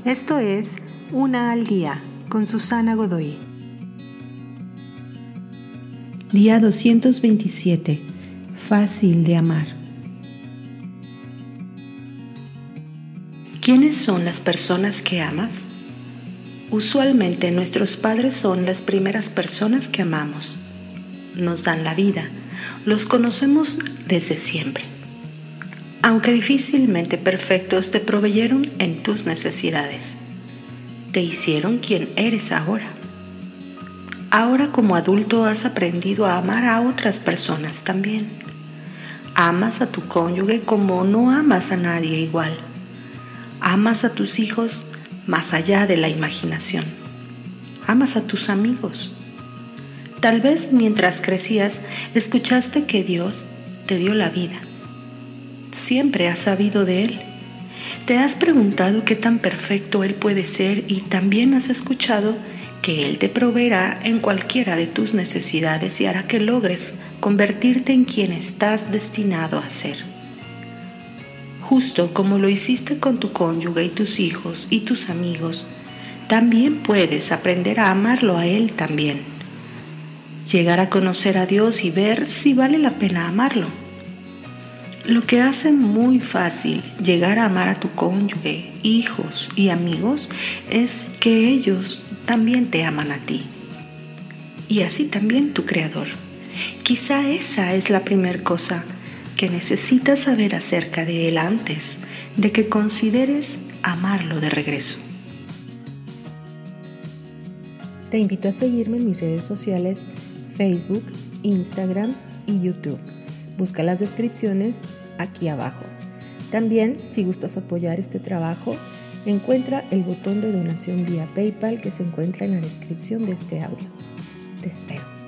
Esto es Una al Día con Susana Godoy. Día 227. Fácil de amar. ¿Quiénes son las personas que amas? Usualmente nuestros padres son las primeras personas que amamos. Nos dan la vida, los conocemos desde siempre. Aunque difícilmente perfectos, te proveyeron en tus necesidades. Te hicieron quien eres ahora. Ahora como adulto has aprendido a amar a otras personas también. Amas a tu cónyuge como no amas a nadie igual. Amas a tus hijos más allá de la imaginación. Amas a tus amigos. Tal vez mientras crecías escuchaste que Dios te dio la vida. Siempre has sabido de Él. Te has preguntado qué tan perfecto Él puede ser y también has escuchado que Él te proveerá en cualquiera de tus necesidades y hará que logres convertirte en quien estás destinado a ser. Justo como lo hiciste con tu cónyuge y tus hijos y tus amigos, también puedes aprender a amarlo a Él también. Llegar a conocer a Dios y ver si vale la pena amarlo. Lo que hace muy fácil llegar a amar a tu cónyuge, hijos y amigos es que ellos también te aman a ti. Y así también tu Creador. Quizá esa es la primera cosa que necesitas saber acerca de Él antes de que consideres amarlo de regreso. Te invito a seguirme en mis redes sociales Facebook, Instagram y YouTube. Busca las descripciones aquí abajo. También, si gustas apoyar este trabajo, encuentra el botón de donación vía PayPal que se encuentra en la descripción de este audio. Te espero.